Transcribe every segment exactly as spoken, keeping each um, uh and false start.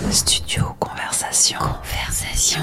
Studio Conversation. Conversation.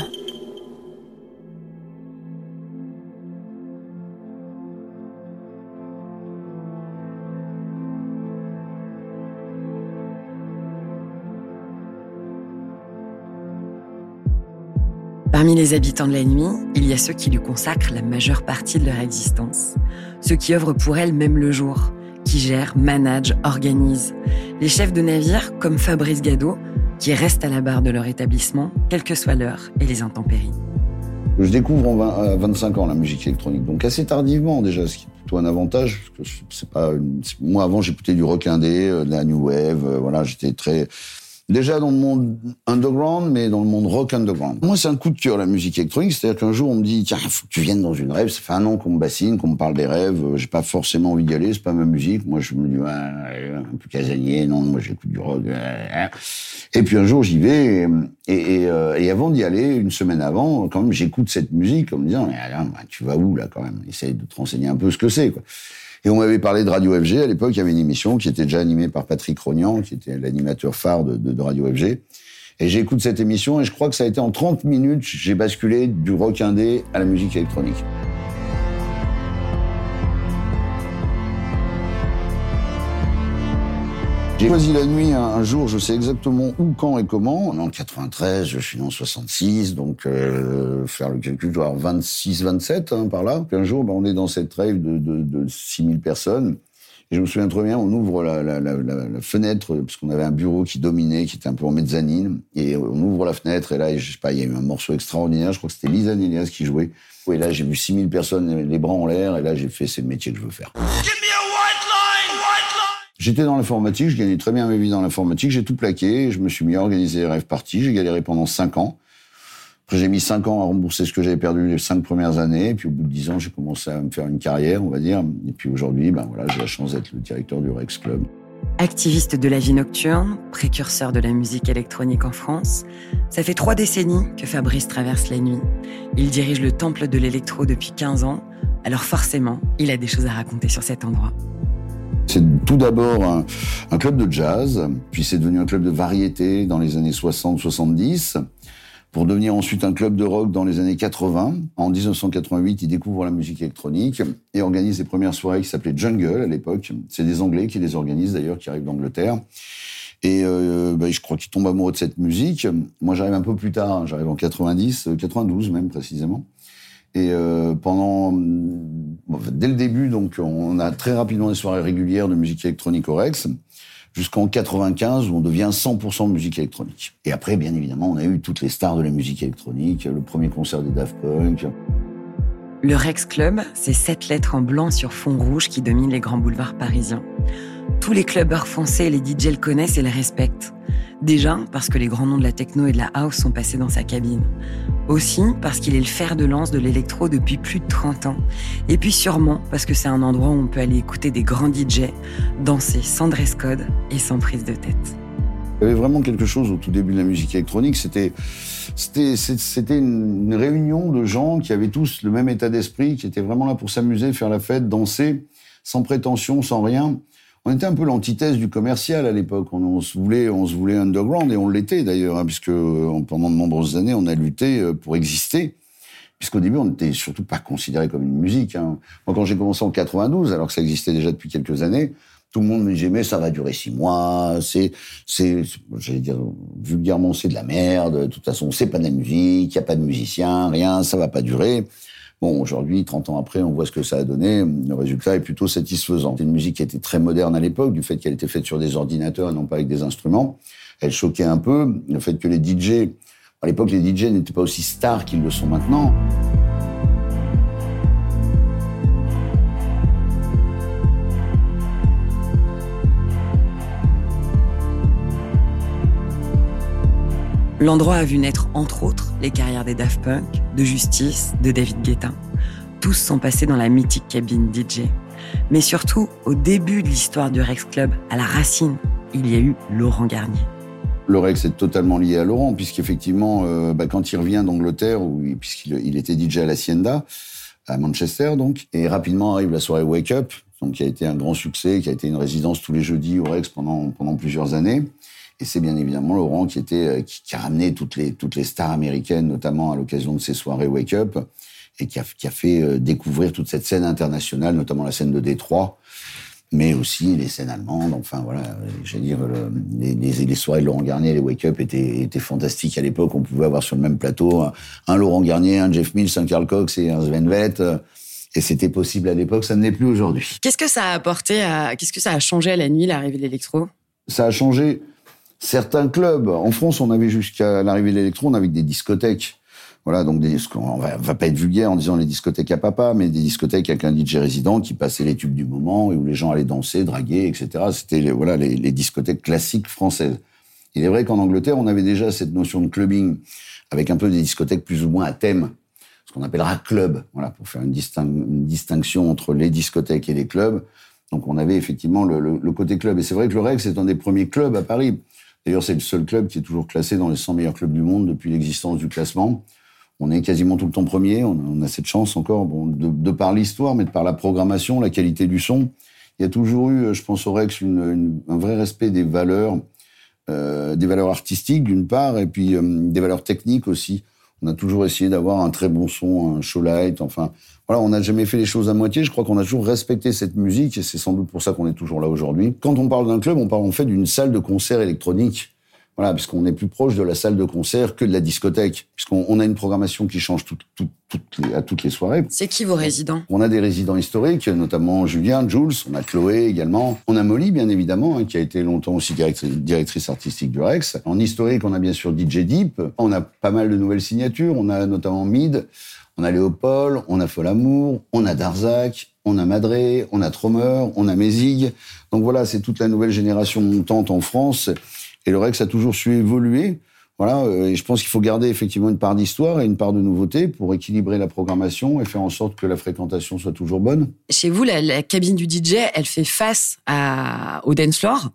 Parmi les habitants de la nuit, il y a ceux qui lui consacrent la majeure partie de leur existence. Ceux qui œuvrent pour elle même le jour, qui gèrent, managent, organisent. Les chefs de navire, comme Fabrice Gadeau, qui restent à la barre de leur établissement, quelle que soit l'heure et les intempéries. Je découvre en vingt, à vingt-cinq ans la musique électronique, donc assez tardivement déjà, ce qui est plutôt un avantage. Parce que c'est pas une... Moi avant j'écoutais du rock indé, de la new wave, euh, voilà, j'étais très... Déjà dans le monde underground, mais dans le monde rock underground. Moi, c'est un coup de cœur, la musique électronique. C'est-à-dire qu'un jour, on me dit, tiens, faut que tu viennes dans une rêve. Ça fait un an qu'on me bassine, qu'on me parle des rêves. J'ai pas forcément envie d'y aller, c'est pas ma musique. Moi, je me dis, ouais, un peu casanier. Non, moi, j'écoute du rock. Et puis un jour, j'y vais. Et, et, euh, et avant d'y aller, une semaine avant, quand même, j'écoute cette musique en me disant, mais alors, tu vas où, là, quand même? Essaye de te renseigner un peu ce que c'est, quoi. Et on m'avait parlé de Radio F G. À l'époque, il y avait une émission qui était déjà animée par Patrick Rognan, qui était l'animateur phare de, de, de Radio F G. Et j'écoute cette émission et je crois que ça a été en trente minutes, j'ai basculé du rock indé à la musique électronique. J'ai choisi la nuit un, un jour, je sais exactement où, quand et comment. On est en quatre-vingt-treize, je suis né en soixante-six, donc euh, faire le calcul, je dois avoir vingt-six, vingt-sept, hein, par là. Puis un jour, ben, on est dans cette rave de, de, de six mille personnes. Et je me souviens très bien, on ouvre la, la, la, la, la fenêtre, parce qu'on avait un bureau qui dominait, qui était un peu en mezzanine. Et on ouvre la fenêtre, et là, je sais pas, il y a eu un morceau extraordinaire, je crois que c'était Lisa Nélias qui jouait. Et là, j'ai vu six mille personnes, les bras en l'air, et là, j'ai fait, c'est le métier que je veux faire. J'étais dans l'informatique, je gagnais très bien ma vie dans l'informatique, j'ai tout plaqué, je me suis mis à organiser les rêves parties, j'ai galéré pendant cinq ans. Après, j'ai mis cinq ans à rembourser ce que j'avais perdu les cinq premières années, et puis au bout de dix ans, j'ai commencé à me faire une carrière, on va dire. Et puis aujourd'hui, ben voilà, j'ai la chance d'être le directeur du Rex Club. Activiste de la vie nocturne, précurseur de la musique électronique en France, ça fait trois décennies que Fabrice traverse la nuit. Il dirige le temple de l'électro depuis quinze ans, alors forcément, il a des choses à raconter sur cet endroit. C'est tout d'abord un, un club de jazz, puis c'est devenu un club de variété dans les années soixante soixante-dix, pour devenir ensuite un club de rock dans les années quatre-vingts. En dix-neuf cent quatre-vingt-huit, il découvre la musique électronique et organise les premières soirées qui s'appelaient Jungle à l'époque. C'est des Anglais qui les organisent d'ailleurs, qui arrivent d'Angleterre. Et euh, bah, je crois qu'ils tombent amoureux de cette musique. Moi, j'arrive un peu plus tard, hein, j'arrive en quatre-vingt-dix, quatre-vingt-douze même précisément. Et euh, pendant, bon, dès le début, donc, on a très rapidement des soirées régulières de musique électronique au Rex, jusqu'en quatre-vingt-quinze où on devient cent pour cent musique électronique. Et après, bien évidemment, on a eu toutes les stars de la musique électronique, le premier concert des Daft Punk. Le Rex Club, c'est sept lettres en blanc sur fond rouge qui dominent les grands boulevards parisiens. Tous les clubbers français et les D J le connaissent et le respectent. Déjà, parce que les grands noms de la techno et de la house sont passés dans sa cabine. Aussi, parce qu'il est le fer de lance de l'électro depuis plus de trente ans. Et puis sûrement, parce que c'est un endroit où on peut aller écouter des grands D J, danser sans dress code et sans prise de tête. Il y avait vraiment quelque chose au tout début de la musique électronique, c'était, c'était, c'était une réunion de gens qui avaient tous le même état d'esprit, qui étaient vraiment là pour s'amuser, faire la fête, danser, sans prétention, sans rien. On était un peu l'antithèse du commercial à l'époque. On, on se voulait, on se voulait underground et on l'était d'ailleurs, hein, puisque pendant de nombreuses années, on a lutté pour exister. Puisqu'au début, on n'était surtout pas considéré comme une musique. Hein. Moi, quand j'ai commencé en quatre-vingt-douze, alors que ça existait déjà depuis quelques années, tout le monde me disait mais ça va durer six mois. C'est, c'est, j'allais dire vulgairement, c'est de la merde. De toute façon, c'est pas de la musique. Il y a pas de musiciens, rien. Ça va pas durer. Bon, aujourd'hui, trente ans après, on voit ce que ça a donné. Le résultat est plutôt satisfaisant. C'est une musique qui était très moderne à l'époque, du fait qu'elle était faite sur des ordinateurs et non pas avec des instruments. Elle choquait un peu. Le fait que les D J... À l'époque, les D J n'étaient pas aussi stars qu'ils le sont maintenant. L'endroit a vu naître, entre autres, les carrières des Daft Punk, de Justice, de David Guetta. Tous sont passés dans la mythique cabine D J. Mais surtout, au début de l'histoire du Rex Club, à la racine, il y a eu Laurent Garnier. Le Rex est totalement lié à Laurent, puisqu'effectivement, euh, bah, quand il revient d'Angleterre, où, puisqu'il il était D J à l'Hacienda, à Manchester, donc, et rapidement arrive la soirée Wake Up, donc, qui a été un grand succès, qui a été une résidence tous les jeudis au Rex pendant, pendant plusieurs années. Et c'est bien évidemment Laurent qui était qui, qui a ramené toutes les toutes les stars américaines, notamment à l'occasion de ces soirées Wake Up, et qui a qui a fait découvrir toute cette scène internationale, notamment la scène de Détroit, mais aussi les scènes allemandes. Enfin voilà, j'allais dire le, les, les les soirées de Laurent Garnier, les Wake Up étaient étaient fantastiques à l'époque. On pouvait avoir sur le même plateau un, un Laurent Garnier, un Jeff Mills, un Carl Cox et un Sven Väth. Et c'était possible à l'époque, ça ne l'est plus aujourd'hui. Qu'est-ce que ça a apporté à, qu'est-ce que ça a changé à la nuit, l'arrivée de l'électro ? Ça a changé certains clubs. En France, on avait jusqu'à l'arrivée de l'électro, on avait des discothèques. Voilà, donc des, on va, va pas être vulgaire en disant les discothèques à papa, mais des discothèques avec un D J résident qui passait les tubes du moment et où les gens allaient danser, draguer, et cetera. C'était les, voilà les, les discothèques classiques françaises. Il est vrai qu'en Angleterre, on avait déjà cette notion de clubbing avec un peu des discothèques plus ou moins à thème. Ce qu'on appellera club, voilà, pour faire une, disting- une distinction entre les discothèques et les clubs. Donc on avait effectivement le, le, le côté club. Et c'est vrai que le Rex est un des premiers clubs à Paris. D'ailleurs, c'est le seul club qui est toujours classé dans les cent meilleurs clubs du monde depuis l'existence du classement. On est quasiment tout le temps premier. On a, on a cette chance encore, bon, de, de par l'histoire, mais de par la programmation, la qualité du son. Il y a toujours eu, je pense au Rex, une, une, un vrai respect des valeurs, euh, des valeurs artistiques d'une part, et puis euh, des valeurs techniques aussi. On a toujours essayé d'avoir un très bon son, un show light, enfin, voilà, on n'a jamais fait les choses à moitié. Je crois qu'on a toujours respecté cette musique et c'est sans doute pour ça qu'on est toujours là aujourd'hui. Quand on parle d'un club, on parle en fait d'une salle de concert électronique. Voilà, puisqu'on est plus proche de la salle de concert que de la discothèque, puisqu'on on a une programmation qui change tout, tout, toutes les, à toutes les soirées. C'est qui vos résidents ? On a des résidents historiques, notamment Julien, Jules, on a Chloé également. On a Molly, bien évidemment, hein, qui a été longtemps aussi directrice, directrice artistique du Rex. En historique, on a bien sûr D J Deep. On a pas mal de nouvelles signatures. On a notamment Mid, on a Léopold, on a Folamour, on a Darzac, on a Madré, on a Trommer, on a Mézig. Donc voilà, c'est toute la nouvelle génération montante en France. Et le Rex a toujours su évoluer. Voilà, et je pense qu'il faut garder effectivement une part d'histoire et une part de nouveauté pour équilibrer la programmation et faire en sorte que la fréquentation soit toujours bonne. Chez vous, la, la cabine du D J, elle fait face à, au dance floor.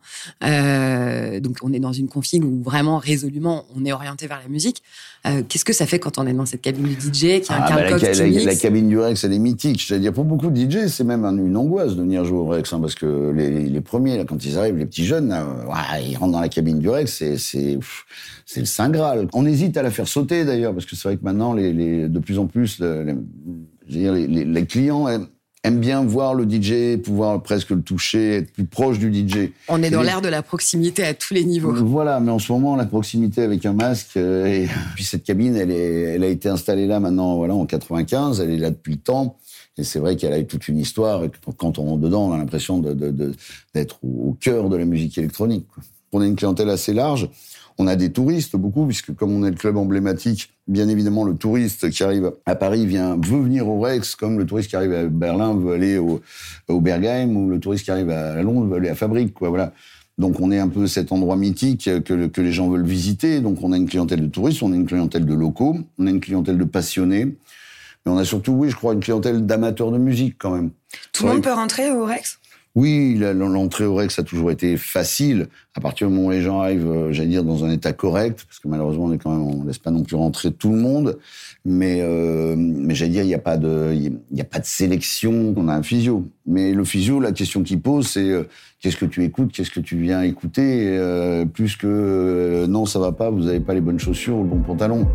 Euh, donc, on est dans une config où vraiment, résolument, on est orienté vers la musique. Euh, qu'est-ce que ça fait quand on est dans cette cabine du D J, qui a ah, un Carl bah, Cox la, qui la, mixe ? La cabine du Rex, elle est mythique. Je veux dire, pour beaucoup de D J, c'est même une angoisse de venir jouer au Rex, hein, parce que les, les premiers, là, quand ils arrivent, les petits jeunes, là, ouais, ils rentrent dans la cabine du Rex, c'est, c'est, c'est le Saint Graal. On hésite à la faire sauter, d'ailleurs, parce que c'est vrai que maintenant, les, les, de plus en plus, le, les, je veux dire, les, les, les clients aiment, aiment bien voir le D J, pouvoir presque le toucher, être plus proche du D J. On est dans les... l'ère de la proximité à tous les niveaux. Voilà, mais en ce moment, la proximité avec un masque, euh, et puis cette cabine, elle, est, elle a été installée là maintenant, voilà, en quatre-vingt-quinze, elle est là depuis le temps. Et c'est vrai qu'elle a eu toute une histoire. Et quand on rentre dedans, on a l'impression de, de, de, d'être au cœur de la musique électronique, quoi. On a une clientèle assez large. On a des touristes, beaucoup, puisque comme on est le club emblématique, bien évidemment, le touriste qui arrive à Paris vient, veut venir au Rex, comme le touriste qui arrive à Berlin veut aller au, au Bergheim, ou le touriste qui arrive à Londres veut aller à Fabrique, quoi, voilà. Donc on est un peu cet endroit mythique que, que les gens veulent visiter. Donc on a une clientèle de touristes, on a une clientèle de locaux, on a une clientèle de passionnés. Mais on a surtout, oui, je crois, une clientèle d'amateurs de musique, quand même. Tout le monde peut rentrer au Rex ? Oui, l'entrée au Rex a toujours été facile. À partir du moment où les gens arrivent, j'allais dire, dans un état correct, parce que malheureusement, on est quand même, on laisse pas non plus rentrer tout le monde. Mais, euh, mais j'allais dire, il n'y a pas de, il y a pas de sélection. On a un physio. Mais le physio, la question qu'il pose, c'est euh, qu'est-ce que tu écoutes, qu'est-ce que tu viens écouter, euh, plus que euh, non, ça va pas, vous avez pas les bonnes chaussures ou le bon pantalon.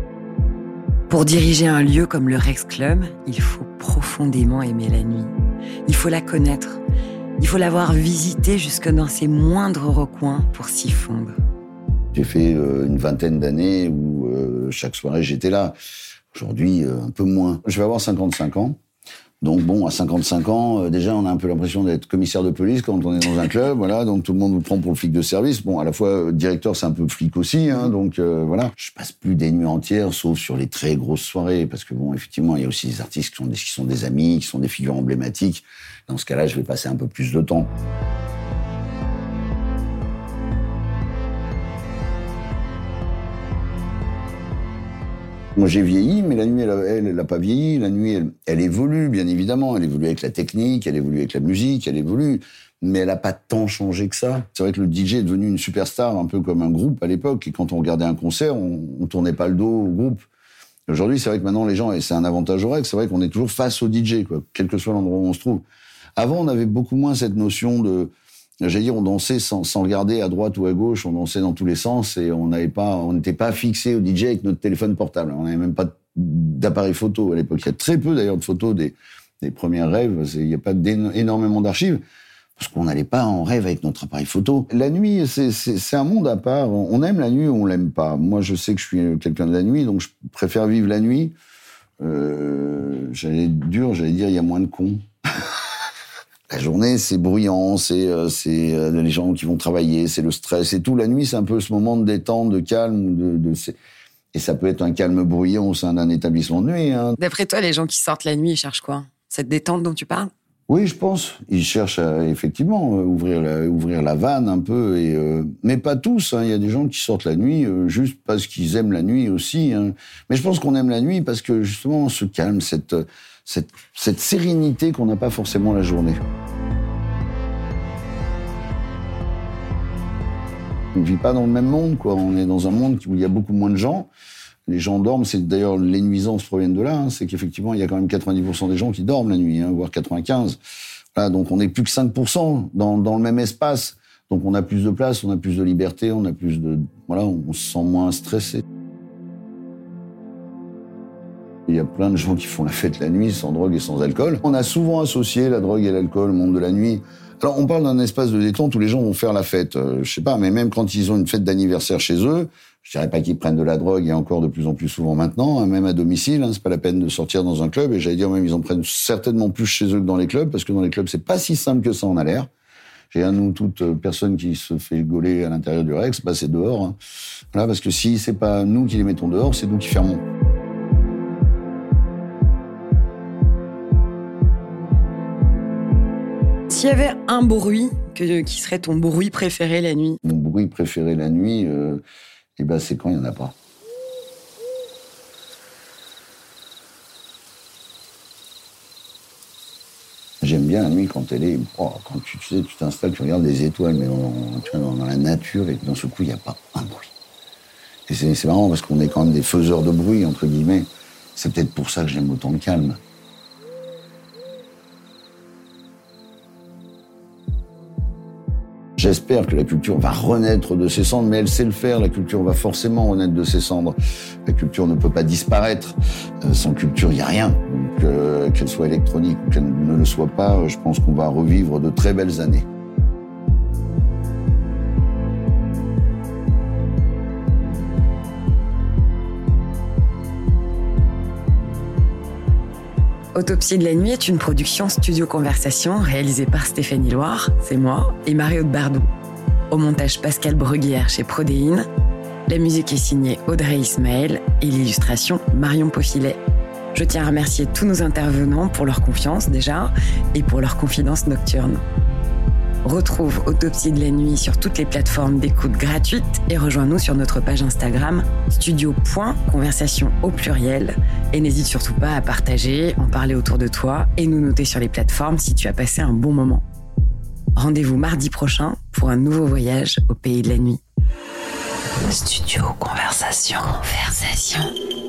Pour diriger un lieu comme le Rex Club, il faut profondément aimer la nuit. Il faut la connaître. Il faut l'avoir visitée jusque dans ses moindres recoins pour s'y fondre. J'ai fait euh, une vingtaine d'années où euh, chaque soirée j'étais là. Aujourd'hui, euh, un peu moins. Je vais avoir cinquante-cinq ans. Donc bon, à cinquante-cinq ans, euh, déjà on a un peu l'impression d'être commissaire de police quand on est dans un club, voilà. Donc tout le monde nous prend pour le flic de service. Bon, à la fois euh, directeur, c'est un peu flic aussi, hein. Donc euh, voilà. Je passe plus des nuits entières, sauf sur les très grosses soirées, parce que bon, effectivement, il y a aussi des artistes qui sont des, qui sont des amis, qui sont des figures emblématiques. Dans ce cas-là, je vais passer un peu plus de temps. Moi, j'ai vieilli, mais la nuit, elle, elle, elle a pas vieilli. La nuit, elle, elle évolue, bien évidemment. Elle évolue avec la technique, elle évolue avec la musique, elle évolue. Mais elle a pas tant changé que ça. C'est vrai que le D J est devenu une superstar, un peu comme un groupe à l'époque. Et quand on regardait un concert, on, on tournait pas le dos au groupe. Aujourd'hui, c'est vrai que maintenant, les gens, et c'est un avantage au Rex, c'est vrai qu'on est toujours face au D J, quoi, quel que soit l'endroit où on se trouve. Avant, on avait beaucoup moins cette notion de, j'allais dire, on dansait sans, sans regarder à droite ou à gauche, on dansait dans tous les sens et on n'avait pas, on n'était pas fixé au D J avec notre téléphone portable. On n'avait même pas d'appareil photo à l'époque. Il y a très peu d'ailleurs de photos des, des premiers rêves. Il n'y a pas énormément d'archives parce qu'on n'allait pas en rêve avec notre appareil photo. La nuit, c'est, c'est, c'est un monde à part. On aime la nuit ou on l'aime pas. Moi, je sais que je suis quelqu'un de la nuit, donc je préfère vivre la nuit. Euh, j'allais être dur, j'allais dire, il y a moins de cons. La journée, c'est bruyant, c'est, euh, c'est euh, les gens qui vont travailler, c'est le stress et tout. La nuit, c'est un peu ce moment de détente, de calme, de, de c'est... et ça peut être un calme bruyant au sein d'un établissement de nuit. Hein. D'après toi, les gens qui sortent la nuit, ils cherchent quoi ? Cette détente dont tu parles ? Oui, je pense. Ils cherchent à, effectivement, euh, ouvrir la, ouvrir la vanne un peu, et euh, mais pas tous. Hein. Il y a des gens qui sortent la nuit euh, juste parce qu'ils aiment la nuit aussi. Hein. Mais je pense qu'on aime la nuit parce que justement, ce calme, cette cette, cette sérénité qu'on n'a pas forcément la journée. On ne vit pas dans le même monde, quoi. On est dans un monde où il y a beaucoup moins de gens. Les gens dorment, c'est d'ailleurs les nuisances proviennent de là, hein, c'est qu'effectivement il y a quand même quatre-vingt-dix pour cent des gens qui dorment la nuit, hein, voire quatre-vingt-quinze. Voilà, donc on n'est plus que cinq pour cent dans, dans le même espace. Donc on a plus de place, on a plus de liberté, on a plus de, voilà, on se sent moins stressé. Il y a plein de gens qui font la fête la nuit sans drogue et sans alcool. On a souvent associé la drogue et l'alcool au monde de la nuit. Alors on parle d'un espace de détente où les gens vont faire la fête. Euh, je sais pas, mais même quand ils ont une fête d'anniversaire chez eux, je dirais pas qu'ils prennent de la drogue, et encore de plus en plus souvent maintenant, hein, même à domicile, hein, c'est pas la peine de sortir dans un club, et j'allais dire même ils en prennent certainement plus chez eux que dans les clubs, parce que dans les clubs c'est pas si simple que ça en a l'air. J'ai un ou toute personne qui se fait gauler à l'intérieur du Rex, bah c'est dehors. Hein. Voilà, parce que si c'est pas nous qui les mettons dehors, c'est nous qui fermons. S'il y avait un bruit que, qui serait ton bruit préféré la nuit ? Mon bruit préféré la nuit, euh, eh ben c'est quand il n'y en a pas. J'aime bien la nuit quand elle est... Oh, quand tu, tu sais, tu t'installes, tu regardes les étoiles, mais dans, tu vois, dans la nature, et d'un seul coup, il n'y a pas un bruit. Et c'est, c'est marrant, parce qu'on est quand même des faiseurs de bruit, entre guillemets. C'est peut-être pour ça que j'aime autant le calme. J'espère que la culture va renaître de ses cendres, mais elle sait le faire. La culture va forcément renaître de ses cendres. La culture ne peut pas disparaître. Euh, sans culture, il n'y a rien. Donc, euh, qu'elle soit électronique ou qu'elle ne le soit pas, je pense qu'on va revivre de très belles années. Autopsie de la nuit est une production Studio Conversation réalisée par Stéphanie Loire, c'est moi, et Marie-Aude Bardou. Au montage Pascal Bruguière chez Prodéine. La musique est signée Audrey Ismaël et l'illustration Marion Paufilet. Je tiens à remercier tous nos intervenants pour leur confiance déjà et pour leur confidence nocturne. Retrouve Autopsie de la nuit sur toutes les plateformes d'écoute gratuites et rejoins-nous sur notre page Instagram studio.conversation au pluriel. Et n'hésite surtout pas à partager, en parler autour de toi et nous noter sur les plateformes si tu as passé un bon moment. Rendez-vous mardi prochain pour un nouveau voyage au pays de la nuit. Studio Conversation. Conversation.